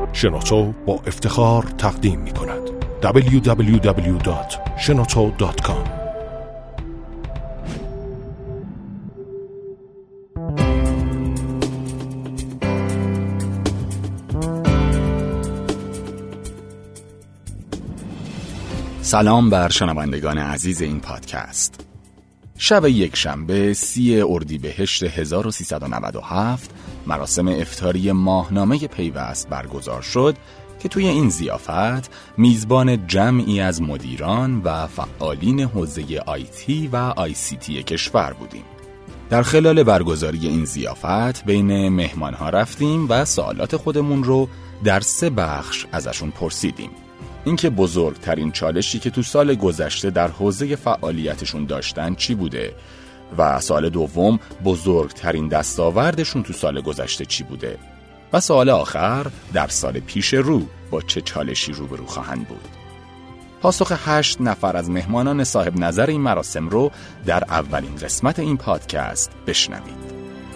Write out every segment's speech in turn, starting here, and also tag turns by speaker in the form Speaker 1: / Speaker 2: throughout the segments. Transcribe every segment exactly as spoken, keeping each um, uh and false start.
Speaker 1: شنوتو با افتخار تقدیم می کند دبلیو دبلیو دبلیو دات شنوتو دات کام.
Speaker 2: سلام بر شنوندگان عزیز این پادکست. شب یک شنبه سی اردیبهشت هزار و سیصد و نود و هفت مراسم افطاری ماهنامه پیوست برگزار شد که توی این ضیافت میزبان جمعی از مدیران و فعالین حوزه آیتی و آی سی تی کشور بودیم. در خلال برگزاری این ضیافت بین مهمانها رفتیم و سوالات خودمون رو در سه بخش ازشون پرسیدیم. اینکه بزرگترین چالشی که تو سال گذشته در حوزه فعالیتشون داشتن چی بوده و سوال دوم بزرگترین دستاوردشون تو سال گذشته چی بوده و سوال آخر در سال پیش رو با چه چالشی روبرو خواهند بود. پاسخ هشت نفر از مهمانان صاحب نظر این مراسم رو در اولین قسمت این پادکست بشنوید.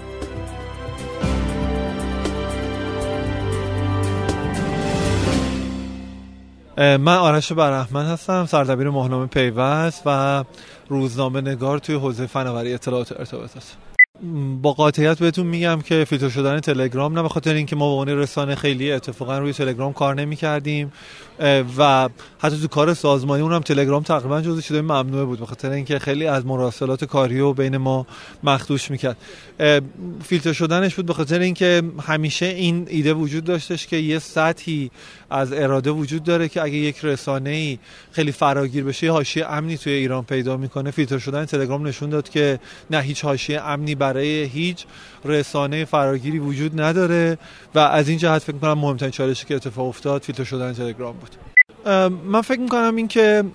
Speaker 3: من آرش بررحمن هستم، سردبیر ماهنامه پیوست و روزنامه نگار توی حوزه فناوری اطلاعات و ارتباطات. با قاطعیت بهتون میگم که فیلتر شدن تلگرام، نه به خاطر اینکه ما به عنوان رسانه خیلی اتفاقا روی تلگرام کار نمی‌کردیم و حتی تو کار سازمانی اونم تلگرام تقریبا جزو چیزای ممنوعه بود، به خاطر اینکه خیلی از مراسلات کاری رو بین ما مخدوش میکرد. فیلتر شدنش بود به خاطر اینکه همیشه این ایده وجود داشتش که یه سطحی از اراده وجود داره که اگه یک رسانه‌ای خیلی فراگیر بشه، حاشیه امنی توی ایران پیدا میکنه. فیلتر شدن تلگرام نشون داد که نه، هیچ حاشیه امنی برای هیچ رسانه فراگیری وجود نداره و از این جهت فکر می‌کنم مهمترین چالشی که اتفاق افتاد فیلتر شدن تلگرام بود. من فکر می‌کنم این که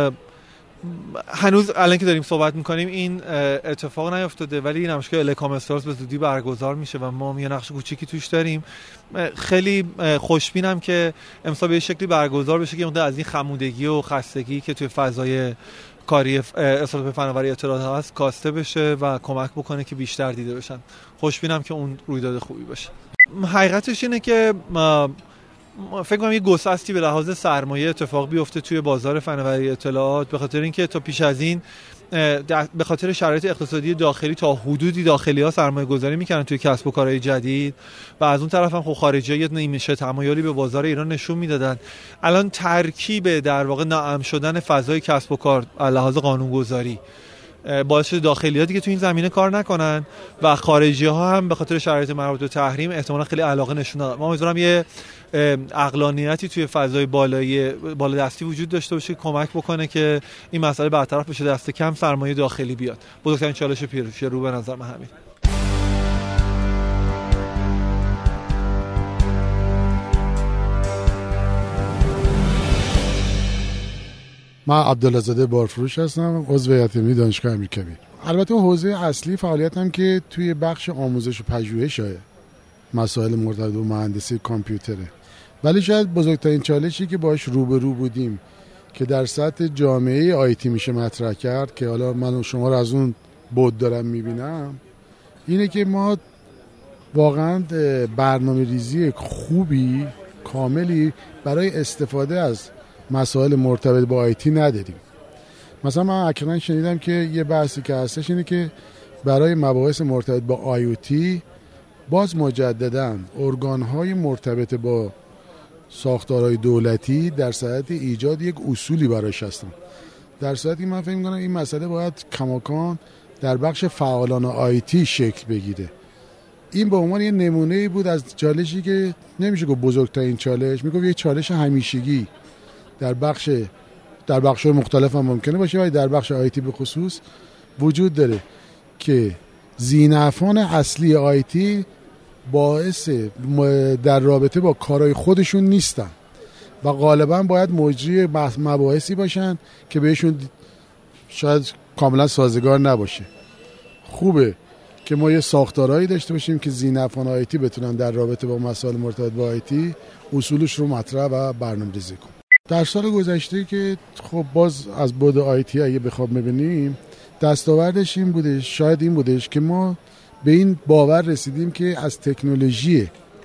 Speaker 3: هنوز الان که داریم صحبت می‌کنیم این اتفاق نیفتاده، ولی نمایشگاه الکام استارز به زودی برگزار میشه و ما یه نقش کوچیکی توش داریم. خیلی خوشبینم که امسال به شکلی برگزار بشه که از این خمودگی و خستگی که توی فضای کاری اصالت فناوری اطلاعات هست کاسته بشه و کمک بکنه که بیشتر دیده بشن. خوشبینم که اون رویداد خوبی باشه. حقیقتش اینه که فکر کنم یه گسستی به لحاظ سرمایه اتفاق بیفته توی بازار فناوری اطلاعات، به خاطر اینکه تا پیش از این به خاطر شرایط اقتصادی داخلی تا حدودی داخلی ها سرمایه گذاری میکنن توی کسب و کارهای جدید و از اون طرف هم خب خارجی ها یه نیمشه تمایلی به بازار ایران نشون میدادن. الان ترکیب در واقع ناامن شدن فضای کسب و کار از لحاظ قانونگذاری باعث شده داخلی ها دیگه تو این زمینه کار نکنن و خارجی ها هم به خاطر شرایط مربوط به تحریم احتمالاً خیلی علاقه نشون دادن. ما امیدوارم یه عقلانیتی توی فضای بالای بالا دستی وجود داشته باشه که کمک بکنه که این مسئله برطرف بشه، دست کم سرمایه داخلی بیاد. بزرگترین چالش پیش رو به نظر من همین.
Speaker 4: من عبدالله‌زاده بارفروش هستم، عضو هیئت علمی دانشگاه امیرکبیر. البته حوزه اصلی فعالیتم که توی بخش آموزش و پژوهشه، مسائل مرتبط با مهندسی کامپیوتره، ولی شاید بزرگترین چالشی که باهاش روبرو بودیم که در سطح جامعه آیتی میشه مطرح کرد، که حالا من و شما رو از اون بود دارم میبینم، اینه که ما واقعا برنامه ریزی خوبی کاملی برای استفاده از مسائل مرتبط با آیتی نداریم. مثلا من اکنون شنیدم که یه بحثی که هستش اینه که برای مباحث مرتبط با آی او تی باز مجدداً ارگان‌های مرتبط با ساختارهای دولتی در صورت ایجاد یک اصولی براش هستن، در صورتی من فکر می‌کنم این مسئله باید کماکان در بخش فعالان آیتی شکل بگیره. این به عنوان یه نمونه بود از چالشی که نمیشه گفت بزرگترین چالش، میگم یک چالش همیشگی در بخش در بخش‌های مختلف هم ممکنه باشه، ولی در بخش آیتی به خصوص وجود داره که ذی‌نفعان اصلی آیتی باعث در رابطه با کارهای خودشون نیستن و غالبا باید مجری مباحثی باشن که بهشون شاید کاملا سازگار نباشه. خوبه که ما یه ساختارهایی داشته باشیم که ذی‌نفعان آیتی بتونن در رابطه با مسائل مرتبط با آیتی اصولش رو مطرح و برنامه‌ریزی کنن. در سال گذشته که خب باز از بعد آیتی اگه بخوام ببینیم، دستاوردش این بوده، شاید این بودش که ما به این باور رسیدیم که از تکنولوژی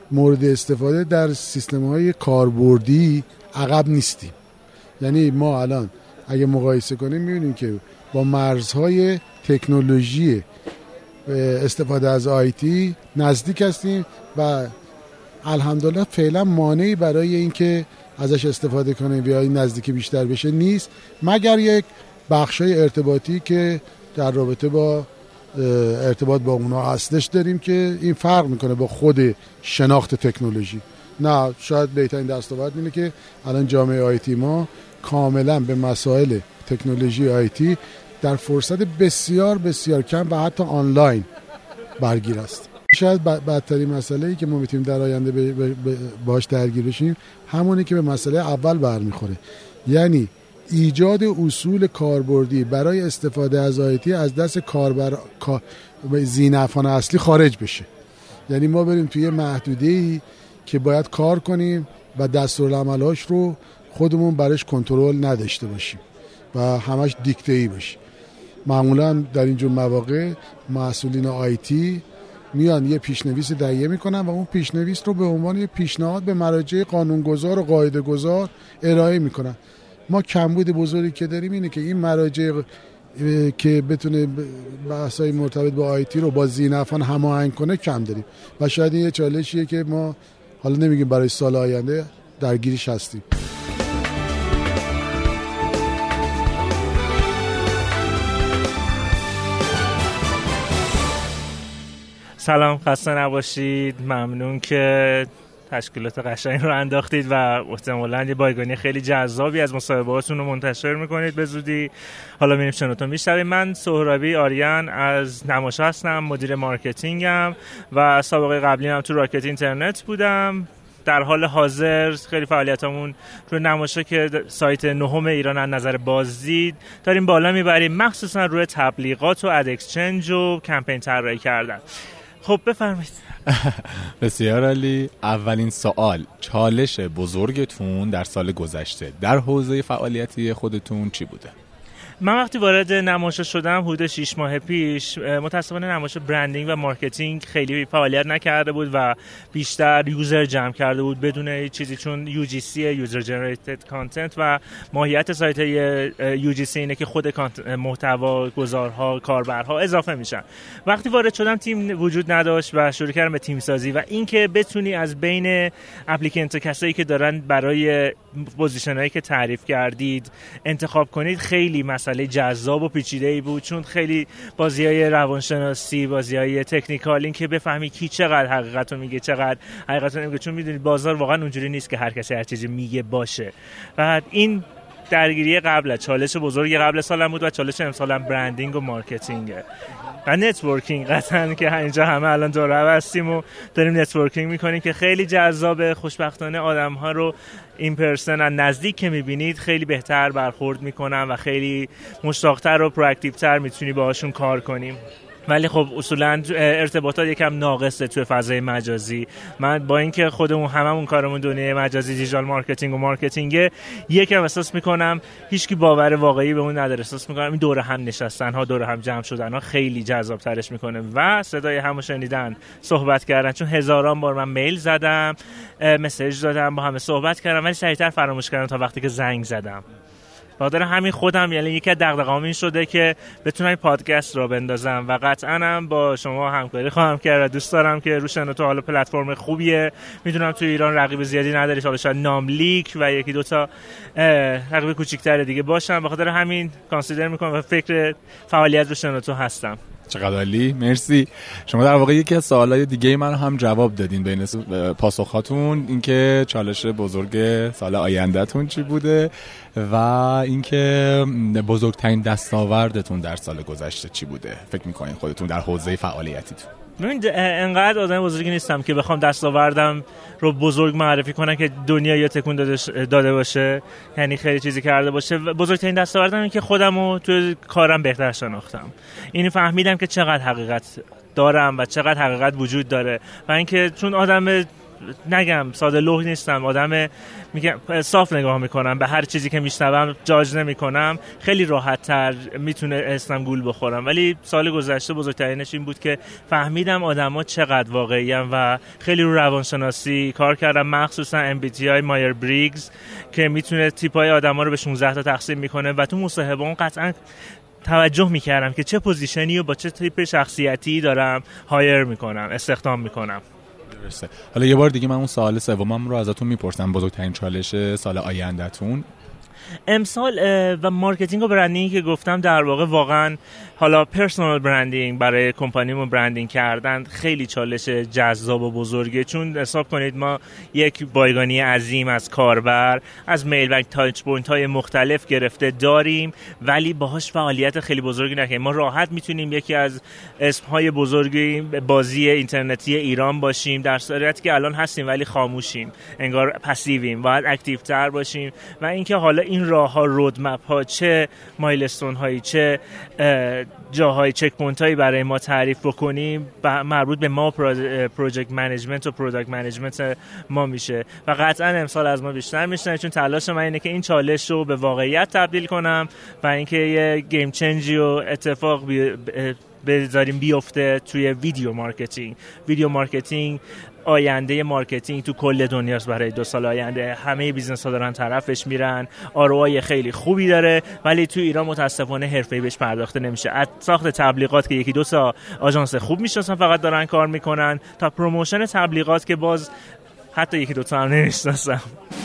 Speaker 4: مورد استفاده در سیستم‌های کاربردی عقب نیستیم. یعنی ما الان اگه مقایسه کنیم می‌بینیم که با مرزهای تکنولوژی استفاده از آیتی نزدیک هستیم و الحمدلله فعلا مانعی برای اینکه ازش استفاده کنیم یا این نزدیکی بیشتر بشه نیست، مگر یک بخشای ارتباطی که در رابطه با ارتباط با اونا اصلش داریم که این فرق میکنه با خود شناخت تکنولوژی. نه، شاید بهترین دستاورد اینه که الان جامعه آیتی ما کاملا به مسائل تکنولوژی آیتی در فرصت بسیار بسیار کم و حتی آنلاین برگیر است. شاید بدترین مسئله‌ای که ما میتونیم در آینده باهاش درگیر بشیم همونی که به مسئله اول برمیخوره، یعنی ایجاد اصول کاربردی برای استفاده از آیتی از دست کاربر ذی‌نفعان اصلی خارج بشه. یعنی ما بریم توی محدوده‌ای که باید کار کنیم و دستورالعمل‌هاش رو خودمون برش کنترل نداشته باشیم و همش دیکته‌ای باشه. معمولا در اینجور مواقع مسئولین آیتی میان یه پیشنویس تهیه میکنن و اون پیشنویس رو به عنوان یه پیشنهاد به مراجع قانونگذار و قاعده‌گذار ارائه میکنن. ما کمبود بزرگی که داریم اینه که این مراجع که بتونه بحث‌های مرتبط با آیتی رو با ذی‌نفعان هماهنگ کنه کم داریم و شاید این یه چالشیه که ما حالا نمیگیم برای سال آینده درگیرش هستیم.
Speaker 5: سلام، خسته نباشید. ممنون که تشکیلات قشنگ رو انداختید و احتمالاً یه بایگانی خیلی جذابی از مصاحبه‌هاتون رو منتشر میکنید به زودی. حالا میریم شنوتون بیشتر. من سهرابی آریان از نماشا هستم، مدیر مارکتینگم و سابقه قبلی هم تو راکت اینترنت بودم. در حال حاضر خیلی فعالیتامون روی نماشا که سایت نهم ایران از نظر بازدید داریم بالا میبریم، مخصوصا روی تبلیغات و اد اکسچنج و کمپین طراحی کردن. خب بفرمایید.
Speaker 2: بسیار عالی. اولین سوال، چالش بزرگتون در سال گذشته در حوزه فعالیتی خودتون چی بوده؟
Speaker 5: من وقتی وارد نماشا شدم حدود شش ماه پیش، متاسفانه نماشا برندینگ و مارکتینگ خیلی فعالیت نکرده بود و بیشتر یوزر جمع کرده بود بدون هیچ چیزی، چون یو جی سی یوزر جنریتد کانتنت و ماهیت سایت یو جی سی اینه که خود محتوا گذارها کاربرها اضافه میشن. وقتی وارد شدم تیم وجود نداشت و شروع کردم به تیم سازی و اینکه بتونی از بین اپلیکنت و کسایی که دارن برای پوزیشنایی که تعریف کردید انتخاب کنید خیلی مسئله جذاب و پیچیده‌ای بود، چون خیلی بازی‌های روانشناسی، بازی‌های تکنیکال، این که بفهمی کی چقدر حقیقت رو میگه چقدر حقیقت رو نمیگه، چون میدونید بازار واقعا اونجوری نیست که هر کسی هر چیزی میگه باشه. و این درگیری قبل، چالش بزرگی قبل سالم بود و چالش امسالم برندینگ و مارکتینگه و نتورکینگ. قطعاً که اینجا همه الان دور هم هستیم و داریم نتورکینگ میکنیم که خیلی جذابه. خوشبختانه آدم‌ها رو این پرسن از نزدیک که میبینید خیلی بهتر برخورد میکنن و خیلی مشتاق‌تر و پرواکتیوتر میتونی باهاشون کار کنیم. ولی خب اصولا ارتباطات یکم ناقصه توی فضای مجازی. من با اینکه خودمون هممون کارمون دنیای مجازی، دیجیتال مارکتینگ و مارکتینگ، یکم احساس میکنم هیچکی باور واقعی به اون نداره. احساس میکنم این دور هم نشستن ها، دور هم جمع شدن ها خیلی جذاب ترش میکنه و صدای همو شنیدن، صحبت کردن. چون هزاران بار من میل زدم، مسیج دادم، با همه صحبت کردم، ولی سریعتر فراموش کردم تا وقتی که زنگ زدم. بخاطر همین خودم یعنی یکی از دغدغه‌هام این شده که بتونم پادکست را بندازم و قطعاً هم با شما همکاری خواهم کرد. دوست دارم که رو شنوتو، حالا پلتفرم خوبیه، میدونم تو ایران رقیب زیادی نداری، حالا شاید ناملیک و یکی دو تا رقیب کوچیک‌تر دیگه باشن. بخاطر همین کانسیدر میکنم و فکر فعالیت رو شنوتو هستم.
Speaker 2: چقدر عالی، مرسی. شما در واقع یکی از سوالای دیگه من هم جواب دادین بین پاسخاتون، اینکه چالش بزرگ سال آیندهتون چی بوده و اینکه بزرگترین دستاوردتون در سال گذشته چی بوده. فکر می‌کنین خودتون در حوزه فعالیتیتون؟
Speaker 5: من انقدر آدم بزرگی نیستم که بخوام دستاوردم رو بزرگ معرفی کنم که دنیا یا تکون داده باشه، یعنی خیلی چیزی کرده باشه. بزرگترین دستاوردم اینه که خودمو توی کارم بهتر شناختم. اینو فهمیدم که چقدر حقیقت دارم و چقدر حقیقت وجود داره و اینکه چون آدم نگم ساده لوح نیستم، آدم میگم صاف نگاه میکنم به هر چیزی که میشنوم، جاج نمیکنم، خیلی راحت تر میتونه اسمم گول بخورم. ولی سال گذشته بزرگترینش این بود که فهمیدم آدما چقدر واقعی‌ان و خیلی رو روانشناسی کار کردم، مخصوصا ام بی تی آی مایر بریگز که میتونه تیپ‌های آدما رو به شانزده تا تقسیم میکنه و تو مصاحبه اون قطعا توجه میکردم که چه پوزیشنی و با چه تیپ شخصیتی دارم هایر میکنم، استخدام میکنم.
Speaker 2: درسته. حالا یه بار دیگه من اون سوال سومم رو ازتون میپرسم، بزرگترین چالش سال آینده‌تون
Speaker 5: امسال و مارکتینگ و برندینگ که گفتم، در واقع واقعا حالا پرسونال برندینگ برای کمپانیمون برندینگ کردن خیلی چالش جذاب و بزرگه، چون حساب کنید ما یک بایگانی عظیم از کاربر، از میل و تاچ پوینت های مختلف گرفته داریم، ولی باهاش فعالیت خیلی بزرگی نکنیم. ما راحت میتونیم یکی از اسمهای بزرگی بازی اینترنتی ایران باشیم، در صورتی که الان هستیم ولی خاموشیم، انگار پسیویم، باید اکتیو تر باشیم. و اینکه حالا این راه ها، رودمپ ها، چه مایلستون هایی، چه جاهای چک پوینت هایی برای ما تعریف بکنیم، مربوط به ما پروژکت منیجمنت و پروداکت منیجمنت ما میشه و قطعا امسال از ما بیشتر میشنه، چون تلاش من اینه که این چالش رو به واقعیت تبدیل کنم و اینکه یه گیم چنجی و اتفاق بی... بذاریم بیفته توی ویدیو مارکتینگ. ویدیو مارکتینگ آینده مارکتینگ تو کل دنیاست. برای دو سال آینده همه بیزنس ها دارن طرفش میرن، آر او آی خیلی خوبی داره، ولی تو ایران متاسفانه حرفه‌ای بهش پرداخته نمیشه. از ساخت تبلیغات که یکی دو تا آژانس خوب میشناسن فقط دارن کار میکنن، تا پروموشن تبلیغات که باز حتی یکی دو تا هم نمیشناسن.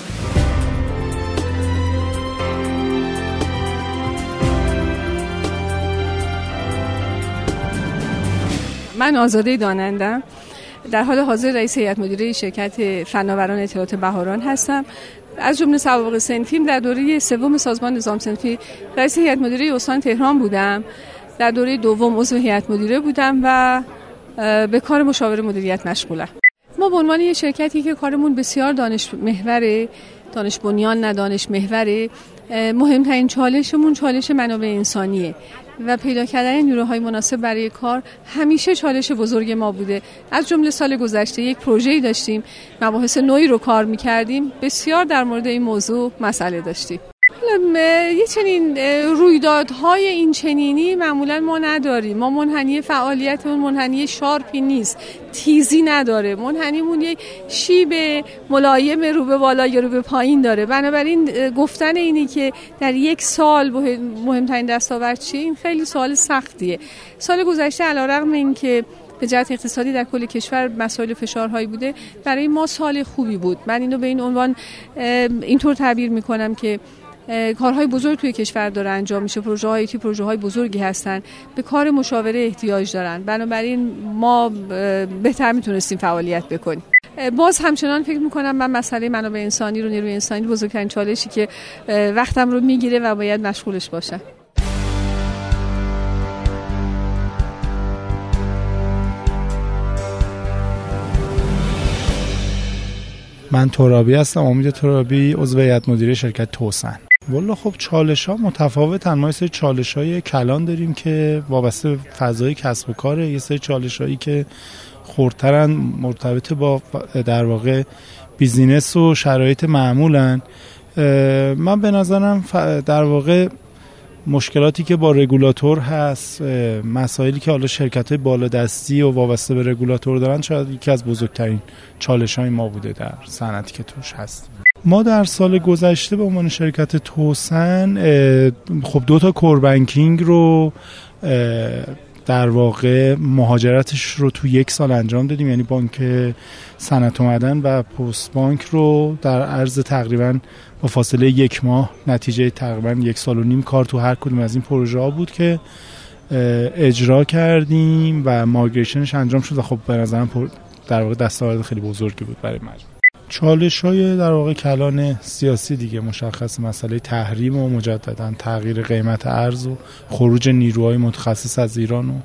Speaker 6: من آزاده دانندم، در حال حاضر رئیس هیئت مدیره شرکت فناوران اطلاعات بهاران هستم. از جمله سوابق صنفیم در دوره سوم سازمان نظام صنفی رئیس هیئت مدیره استان تهران بودم، در دوره دوم عضو هیئت مدیره بودم و به کار مشاور مدیریت مشغولم. ما به عنوان یک شرکتی که کارمون بسیار دانش محوره، دانش بنیان نه دانش محوره، مهمترین چالشمون چالش منابع انسانیه و پیدا کردن نیروهای مناسب برای کار همیشه چالش بزرگ ما بوده. از جمله سال گذشته یک پروژه‌ای داشتیم، مباحث نوعی رو کار می‌کردیم، بسیار در مورد این موضوع مسئله داشتیم. یه چنین رویدادهای این چنینی معمولا ما نداریم. ما منحنی فعالیتمون منحنی شارپی نیست، تیزی نداره، منحنیمون یک شیب ملایم رو به بالا یا رو به پایین داره. بنابراین گفتن اینی که در یک سال مهمترین دستاورد چیه، این خیلی سوال سختیه. سال گذشته علیرغم اینکه به جهت اقتصادی در کل کشور مسائل فشارهایی بوده، برای ما سال خوبی بود. من اینو به این عنوان اینطور تعبیر میکنم که کارهای بزرگ توی کشور داره انجام میشه، پروژه های تی پروژه های بزرگی هستن، به کار مشاوره احتیاج دارن، بنابراین ما بهتر میتونستیم فعالیت بکنیم. باز همچنان فکر میکنم من مسئله منابع انسانی رو، نیروی انسانی بزرگترین چالشی که وقتم رو میگیره و باید مشغولش باشم.
Speaker 7: من ترابی هستم، امید ترابی، عضو هیئت مدیره شرکت توسن. والا خب چالش ها متفاوتن. ما یه سری چالش های کلان داریم که وابسته به فضای کسب و کاره، یه سری چالش هایی که خردترن، مرتبط با در واقع بیزینس و شرایط معمولن. من به نظرم در واقع مشکلاتی که با رگولاتور هست، مسائلی که حالا شرکت‌های بالادستی و وابسته به رگولاتور دارن، شاید یکی از بزرگترین چالش‌های ما بوده در صنعتی که توش هست. ما در سال گذشته به عنوان شرکت توسن خب دو تا کور بانکینگ رو در واقع مهاجرتش رو تو یک سال انجام دادیم، یعنی بانک صنعت و معدن و پست بانک رو در عرض تقریباً با فاصله یک ماه، نتیجه تقریباً یک سال و نیم کار تو هر کدوم از این پروژه ها بود که اجرا کردیم و مایگریشنش انجام شد و خب به نظرم در واقع دستاورد خیلی بزرگی بود برای مجموعه. چالش های در واقع کلان سیاسی دیگه مشخص، مسئله تحریم و مجددا تغییر قیمت ارز و خروج نیروهای متخصص از ایران و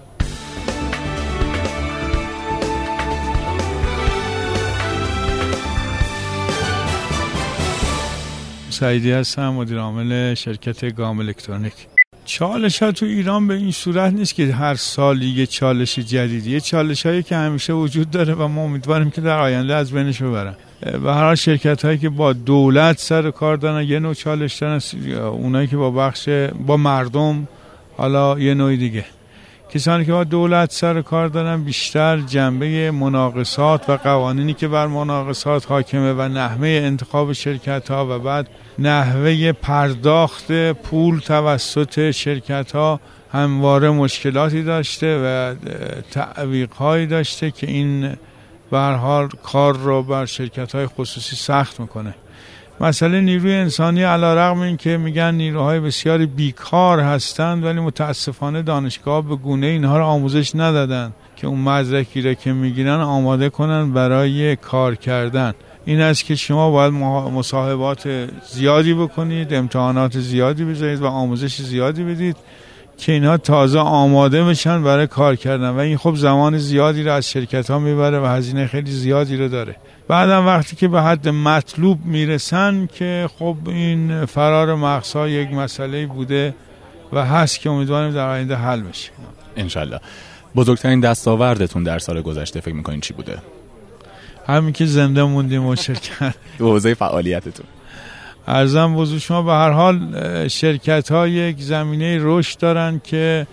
Speaker 8: سعیدی هستم، مدیر عامل شرکت گام الکترونیک. چالش ها تو ایران به این صورت نیست که هر سال یه چالش جدیدی، یه چالش هایی که همیشه وجود داره و ما امیدواریم که در آینده از بینش ببرن. به هر حال شرکت هایی که با دولت سر کار دارن یه نوع چالش دارن، اونایی که با بخش با مردم حالا یه نوع دیگه. کسانی که با دولت سر کار دارن بیشتر جنبه مناقصات و قوانینی که بر مناقصات حاکمه و نحوه انتخاب شرکت ها و بعد نحوه پرداخت پول توسط شرکت ها همواره مشکلاتی داشته و تعویق هایی داشته که این به هر حال کار رو بر شرکت های خصوصی سخت میکنه. مسئله نیروی انسانی علیرغم این که میگن نیروهای بسیاری بیکار هستند، ولی متاسفانه دانشگاه به گونه اینها رو آموزش ندادن که اون مدرکی را که میگیرن آماده کنن برای کار کردن. این است که شما باید مصاحبات زیادی بکنید، امتحانات زیادی بذارید و آموزش زیادی بدید که اینها تازه آماده بشن برای کار کردن و این خب زمان زیادی رو از شرکت ها میبره و هزینه خیلی زیادی رو داره. بعدم وقتی که به حد مطلوب میرسن که خب این فرار مغزها یک مسئله بوده و هست که امیدواریم در آینده حل بشه
Speaker 2: انشالله. بزرگترین دستاوردتون در سال گذشته فکر میکنین چی بوده؟
Speaker 8: همین که زنده موندیم و شرکت
Speaker 2: تو حوزه فعالیتتون.
Speaker 8: عرضم بزرگ شما به هر حال شرکت ها یک زمینه رشد دارن که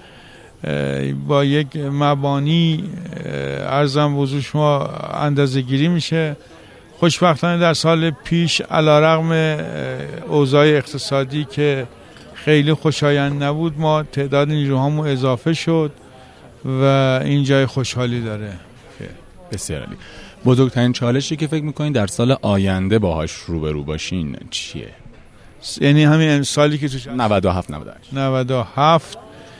Speaker 8: با یک مبانی عرضم بزرگ شما اندازه گیری میشه. خوشبختانه در سال پیش علیرغم اوضاع اقتصادی که خیلی خوشایند نبود ما تعداد نیروهامون اضافه شد و این جای خوشحالی داره.
Speaker 2: بسیار عالی. بزرگترین چالشی که فکر میکنین در سال آینده باهاش روبرو باشین چیه؟
Speaker 8: یعنی همین سالی که توش
Speaker 2: نود و هفت
Speaker 8: نود و هفت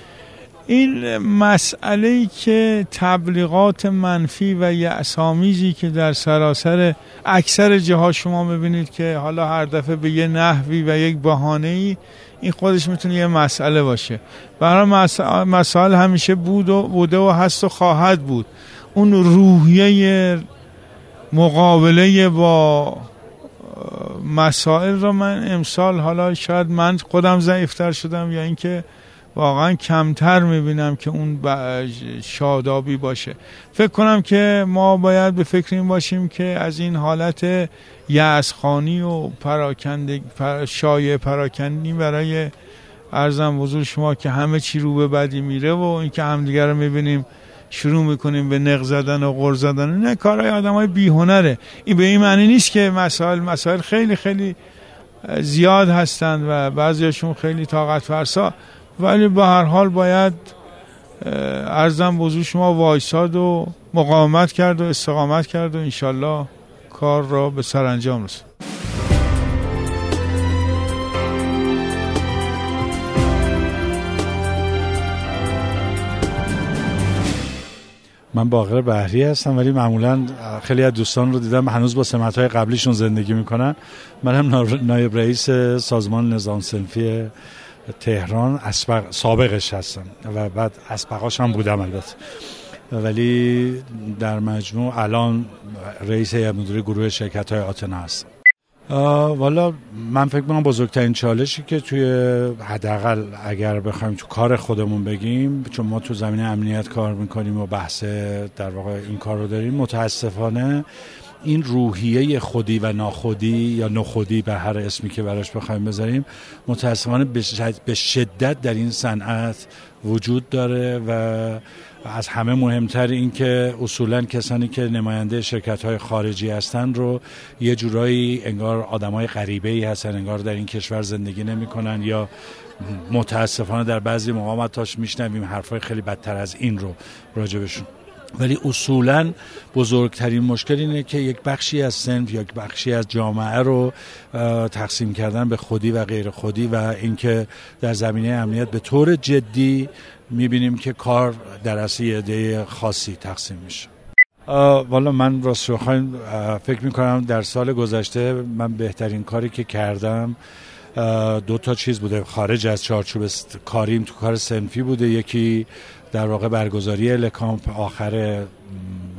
Speaker 8: این مسئله‌ای که تبلیغات منفی و یأس‌آمیزی که در سراسر اکثر جاها شما می‌بینید که حالا هر دفعه به یه نحوی و یک بهانه‌ای، این خودش میتونه یه مسئله باشه. برای مسائل مسائل همیشه بود و بوده و هست و خواهد بود. اون روحیه مقابله با مسائل رو من امسال حالا شاید من خودم ضعیفتر شدم یا اینکه واقعا کمتر میبینم که اون شادابی باشه. فکر کنم که ما باید به فکر این باشیم که از این حالت یأسخوانی و پراکنده پر شایع پراکنی برای عرضم حضور شما که همه چی رو به بدی میره و اینکه همدیگه رو میبینیم شروع میکنیم به نق زدن و غر زدن، نه کارهای آدمای بی‌هنره. این به این معنی نیست که مسائل مسائل خیلی خیلی زیاد هستند و بعضیاشون خیلی طاقت فرسا، ولی به هر حال باید عرضم بزرگ شما وایساد و مقاومت کرد و استقامت کرد و انشالله کار را به سرانجام رسوند.
Speaker 7: من باقر بحری هستم ولی معمولا خیلی از دوستان رو دیدم هنوز با سمت‌های قبلیشون زندگی میکنن. من هم نایب رئیس سازمان نظام صنفی تهران اسبق سابقش هستم و بعد اسبقاش هم بودم البته، ولی در مجموع الان رئیس هیئت مدیره گروه شرکت‌های آتنا هستم. والا من فکر می‌کنم بزرگترین چالشی که توی حداقل اگر بخوایم تو کار خودمون بگیم، چون ما تو زمینه امنیت کار میکنیم و بحث در واقع این کار رو داریم، متاسفانه این روحیه خودی و ناخودی یا نخودی به هر اسمی که براش بخوایم بذاریم متاسفانه به شدت در این صنعت وجود داره و از همه مهمتر این که اصولاً کسانی که نماینده شرکت‌های خارجی هستن رو یه جورایی انگار آدمای غریبه‌ای هستن، انگار در این کشور زندگی نمی‌کنن یا متاسفانه در بعضی مقاماتاش میشنویم حرفای خیلی بدتر از این رو راجبشون. ولی اصولاً بزرگترین مشکل اینه که یک بخشی از صنف یا یک بخشی از جامعه رو تقسیم کردن به خودی و غیر خودی و اینکه در زمینه امنیت به طور جدی میبینیم که کار در اصل یه عده خاصی تقسیم میشه. والا من راست رو خواهیم فکر میکنم در سال گذشته من بهترین کاری که کردم دو تا چیز بوده خارج از چارچوب کاریم تو کار صنفی بوده. یکی در واقع برگزاری لکامپ آخر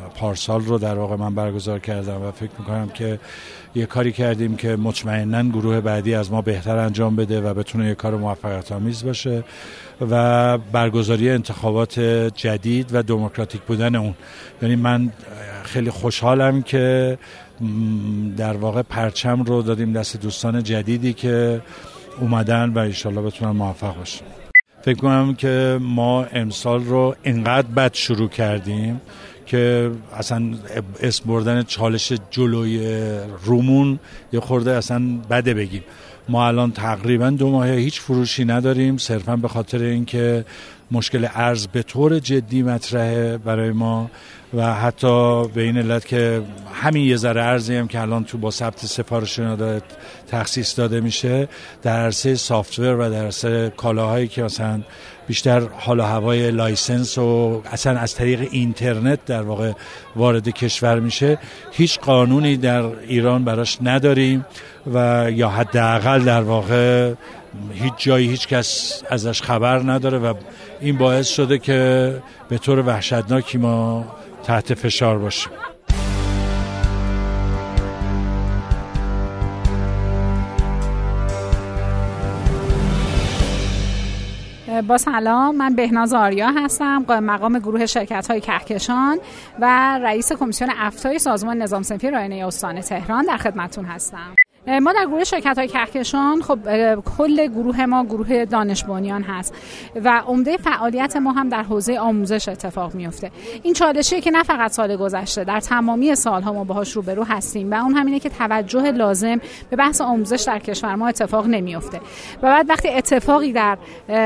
Speaker 9: پارسال رو در واقع من برگزار کردم و فکر میکنم که یه کاری کردیم که مطمئناً گروه بعدی از ما بهتر انجام بده و بتونه یه کار موفقیت آمیز باشه و برگزاری انتخابات جدید و دموکراتیک بودن اون. یعنی من خیلی خوشحالم که در واقع پرچم رو دادیم دست دوستان جدیدی که اومدن و انشالله بتونن موفق باشن. فکر کنم که ما امسال رو اینقدر بد شروع کردیم که اصلا اسم بردن چالش جلوی رومون یه خورده اصلا بده بگیم. ما الان تقریبا دو ماه هیچ فروشی نداریم، صرفا به خاطر اینکه مشکل ارز به طور جدی مطرحه برای ما و حتی به این علت که همین یه ذره ارزی هم که الان تو با ثبت سفارش داده تخصیص داده میشه در عرصه سافت‌ور و در عرصه کالاهایی که مثلا بیشتر حال و هوای لایسنس و اصلا از طریق اینترنت در واقع وارد کشور میشه، هیچ قانونی در ایران براش نداریم و یا حداقل در واقع هیچ جایی هیچ کس ازش خبر نداره و این باعث شده که به طور وحشتناکی ما تحت فشار باشیم.
Speaker 10: با سلام، من بهناز آریا هستم، قائم مقام گروه شرکت‌های کهکشان و رئیس کمیسیون افتای سازمان نظام صنفی رایانه استان تهران در خدمتتون هستم. ما در گروه شرکت‌های کهکشان خب کل گروه ما گروه دانش بنیان هست و عمده فعالیت ما هم در حوزه آموزش اتفاق میفته. این چالشیه که نه فقط سال گذشته، در تمامی سالها ما باهاش روبرو هستیم و اون همینه که توجه لازم به بحث آموزش در کشور ما اتفاق نمیفته. و بعد وقتی اتفاقی در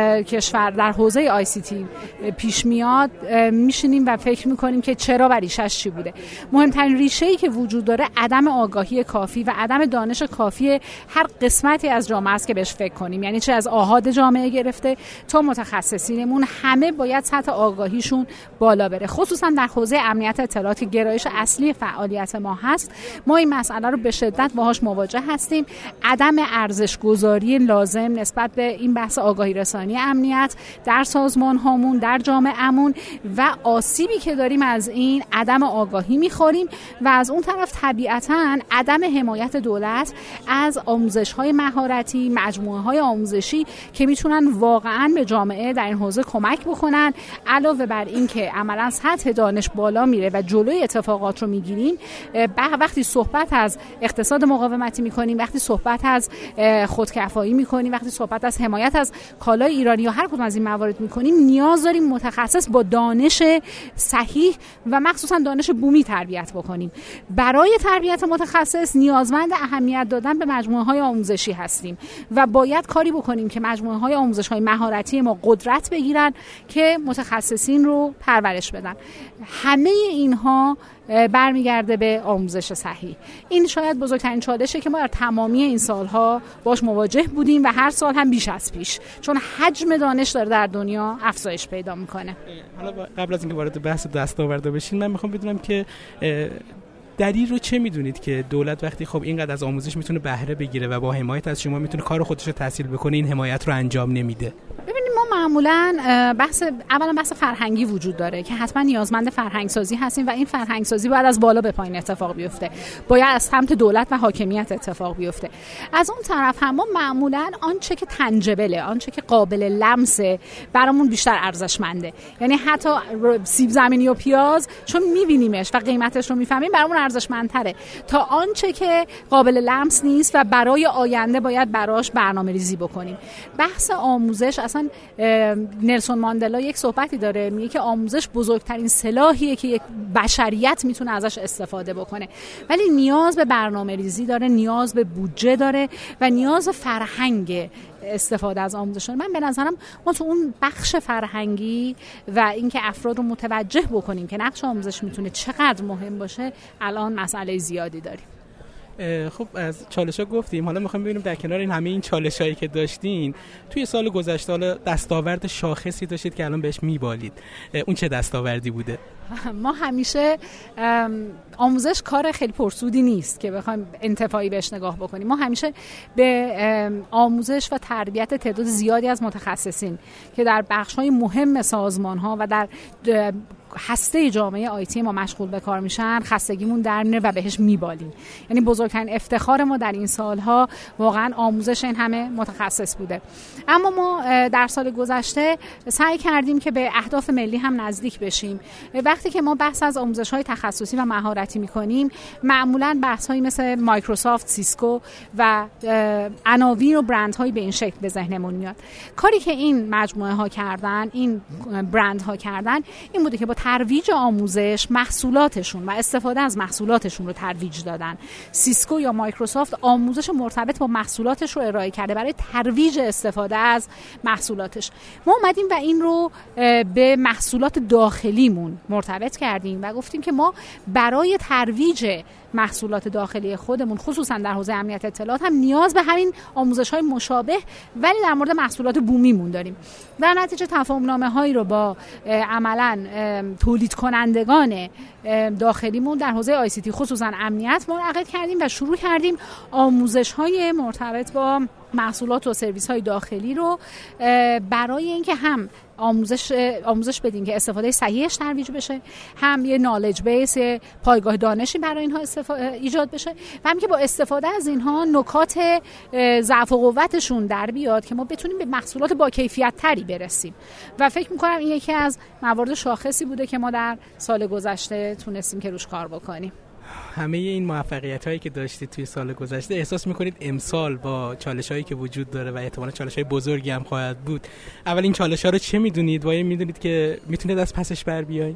Speaker 10: کشور در حوزه آی سی تی پیش میاد میشینیم و فکر میکنیم که چرا و ریشش چی بوده. مهمترین ریشه‌ای که وجود داره عدم آگاهی کافی و عدم دانش کافی هر قسمتی از جامعه است که بهش فکر کنیم، یعنی چه از آحاد جامعه گرفته تا متخصصینمون، همه باید سطح آگاهیشون بالا بره، خصوصا در حوزه امنیت اطلاعات که گرایش اصلی فعالیت ما هست. ما این مسئله رو به شدت باهاش مواجه هستیم. عدم ارزش گذاری لازم نسبت به این بحث آگاهی رسانی امنیت در سازمان هامون، در جامعهمون و آسیبی که داریم از این عدم آگاهی میخوریم و از اون طرف طبیعتاً عدم حمایت دولت از آموزش‌های مهارتی، مجموعه‌های آموزشی که میتونن واقعاً به جامعه در این حوزه کمک بکنن. علاوه بر این که عملاً سطح دانش بالا میره و جلوی اتفاقات رو میگیریم، وقتی صحبت از اقتصاد مقاومتی میکنیم، وقتی صحبت از خودکفایی میکنیم، وقتی صحبت از حمایت از کالای ایرانی یا هر کدوم از این موارد میکنیم، نیاز داریم متخصص با دانش صحیح و مخصوصاً دانش بومی تربیت بکنیم. برای تربیت متخصص نیازمند اهمیت دادن به مجموعه‌های آموزشی هستیم و باید کاری بکنیم که مجموعه‌های آموزش‌های مهارتی ما قدرت بگیرن که متخصصین رو پرورش بدن. همه اینها برمیگرده به آموزش صحیح. این شاید بزرگترین چالشه که ما در تمامی این سالها باش مواجه بودیم و هر سال هم بیش از پیش، چون حجم دانش داره در دنیا افزایش پیدا میکنه.
Speaker 11: حالا قبل از اینکه وارد بحث دستاورد بشین، من میخوام بدونم که در این رو چه میدونید که دولت وقتی خب اینقدر از آموزش میتونه بهره بگیره و با حمایت از شما میتونه کار خودش رو تحصیل بکنه، این حمایت رو انجام نمیده؟
Speaker 10: ببینید، ما معمولا بحث اولا بحث فرهنگی وجود داره که حتما نیازمند فرهنگ سازی هستیم و این فرهنگ سازی باید از بالا به پایین اتفاق بیفته، باید از سمت دولت و حاکمیت اتفاق بیفته. از اون طرف هم ما معمولا آنچه که تنجبله، آنچه که قابل لمسه، برامون بیشتر ارزشمنده. یعنی حتی سیب زمینی و پیاز چون میبینیمش و قیمتش رو میفهمیم، برامون ارزشمندتره تا آنچه که قابل لمس نیست و برای آینده باید براش برنامه‌ریزی بکنیم. بحث آموزش، اصلا نلسون ماندلا یک صحبتی داره، میگه که آموزش بزرگترین سلاحیه که یک بشریت میتونه ازش استفاده بکنه، ولی نیاز به برنامه‌ریزی داره، نیاز به بودجه داره و نیاز فرهنگ استفاده از آموزش داره. من به نظرم ما تو اون بخش فرهنگی و اینکه افراد رو متوجه بکنیم که نقش آموزش میتونه چقدر مهم باشه، الان مسئله زیادی داریم.
Speaker 11: خب از چالش‌ها گفتیم، حالا می‌خوایم ببینیم در کنار این همه این چالش‌هایی که داشتین توی سال گذشته حالا دستاورد شاخصی داشتید که الان بهش میبالید، اون چه دستاوردی بوده؟
Speaker 10: ما همیشه آموزش کار خیلی پرسودی نیست که بخوایم انتفاعی بهش نگاه بکنیم. ما همیشه به آموزش و تربیت تعداد زیادی از متخصصین که در بخش‌های مهم سازمان‌ها و در هسته جامعه آیتی ما مشغول به کار میشن خستگیمون در میره و بهش میبالیم. یعنی بزرگترین افتخار ما در این سالها واقعا آموزش این همه متخصص بوده. اما ما در سال گذشته سعی کردیم که به اهداف ملی هم نزدیک بشیم. وقتی که ما بحث از آموزش‌های تخصصی و مهارتی می‌کنیم، معمولاً بحث‌هایی مثل مایکروسافت، سیسکو و عناوین و برندهایی به این شکل به ذهنمون میاد. کاری که این مجموعه ها کردن، این برندها کردن، این بوده که با ترویج آموزش محصولاتشون و استفاده از محصولاتشون رو ترویج دادن. سیسکو یا مایکروسافت آموزش مرتبط با محصولاتش رو ارائه کرده برای ترویج استفاده از محصولاتش. ما اومدیم و این رو به محصولات داخلیمون مرتبط کردیم و گفتیم که ما برای ترویج محصولات داخلی خودمون خصوصا در حوزه امنیت اطلاعات هم نیاز به همین آموزش‌های مشابه ولی در مورد محصولات بومیمون داریم. در نتیجه تفاهم‌نامه هایی رو با عملاً تولید کنندگان داخلیمون در حوزه آی سی تی خصوصا امنیت منعقد کردیم و شروع کردیم آموزش‌های مرتبط با محصولات و سرویس‌های داخلی رو برای اینکه هم آموزش آموزش بدیم که استفاده صحیحش ترویج بشه، هم یه نالج بیس، پایگاه دانشی برای اینها ایجاد بشه و هم که با استفاده از اینها نکات ضعف و قوتشون در بیاد که ما بتونیم به محصولات با کیفیت تری برسیم. و فکر می‌کنم این یکی از موارد شاخصی بوده که ما در سال گذشته تونستیم که روش کار بکنیم.
Speaker 11: همه این موفقیت هایی که داشتید توی سال گذشته احساس میکنید امسال با چالش هایی که وجود داره و احتمالاً چالش های بزرگی هم خواهد بود، اول این چالش ها رو چه میدونید و میدونید که میتونید از پسش بر بیایید؟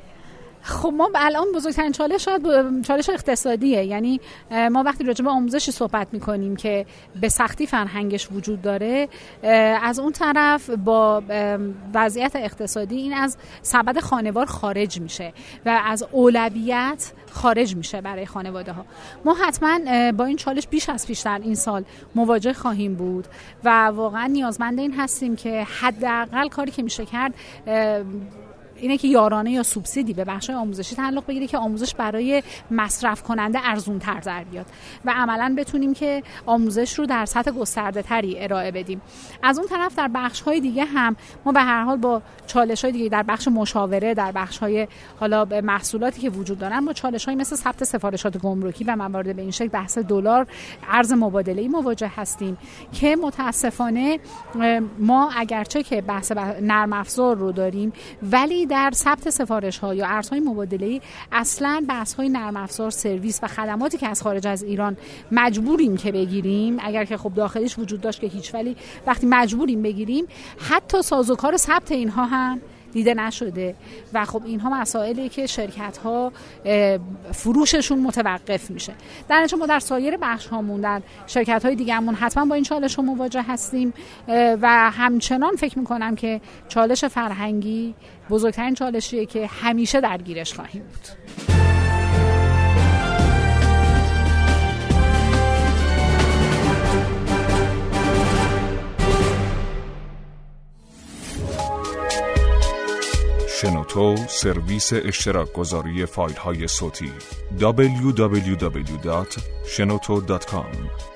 Speaker 10: خب ما الان بزرگترین چالش شاید چالش اقتصادیه. یعنی ما وقتی راجع به آموزشی صحبت میکنیم که به سختی فرهنگش وجود داره، از اون طرف با وضعیت اقتصادی این از سبد خانوار خارج میشه و از اولویت خارج میشه برای خانواده ها. ما حتما با این چالش بیش از پیش در این سال مواجه خواهیم بود و واقعا نیازمند این هستیم که حداقل کاری که میشه کرد اینه که یارانه یا سوبسیدی به بخش آموزشی تعلق بگیره که آموزش برای مصرف کننده ارزون تر در بیاد و عملاً بتونیم که آموزش رو در سطح گسترده تری ارائه بدیم. از اون طرف در بخش های دیگه هم ما به هر حال با چالش های دیگه در بخش مشاوره، در بخش های حالا محصولاتی که وجود دارن، با چالش های مثل ثبت سفارشات گمرکی و موارد به این شکل، بحث دلار، ارز مبادله‌ای مواجه هستیم که متاسفانه ما اگرچه که بحث نرم افزار رو داریم ولی در ثبت سفارش ها یا ارزهای مبادله‌ای اصلاً بحث های نرم افزار، سرویس و خدماتی که از خارج از ایران مجبوریم که بگیریم، اگر که خب داخلیش وجود داشت که هیچ، ولی وقتی مجبوریم بگیریم حتی سازوکار ثبت اینها هم دیده نشده و خب اینها مسائلی که شرکت ها فروششون متوقف میشه. در نتیجه ما در سایر بخش هامون، در شرکت های دیگه‌مون حتما با این چالش ها مواجه هستیم و همچنان فکر میکنم که چالش فرهنگی بزرگترین چالشیه که همیشه درگیرش خواهیم بود.
Speaker 1: شنوتو، سرویس اشتراک گذاری فایل های صوتی دبلیو دبلیو دبلیو دات شنوتو دات کام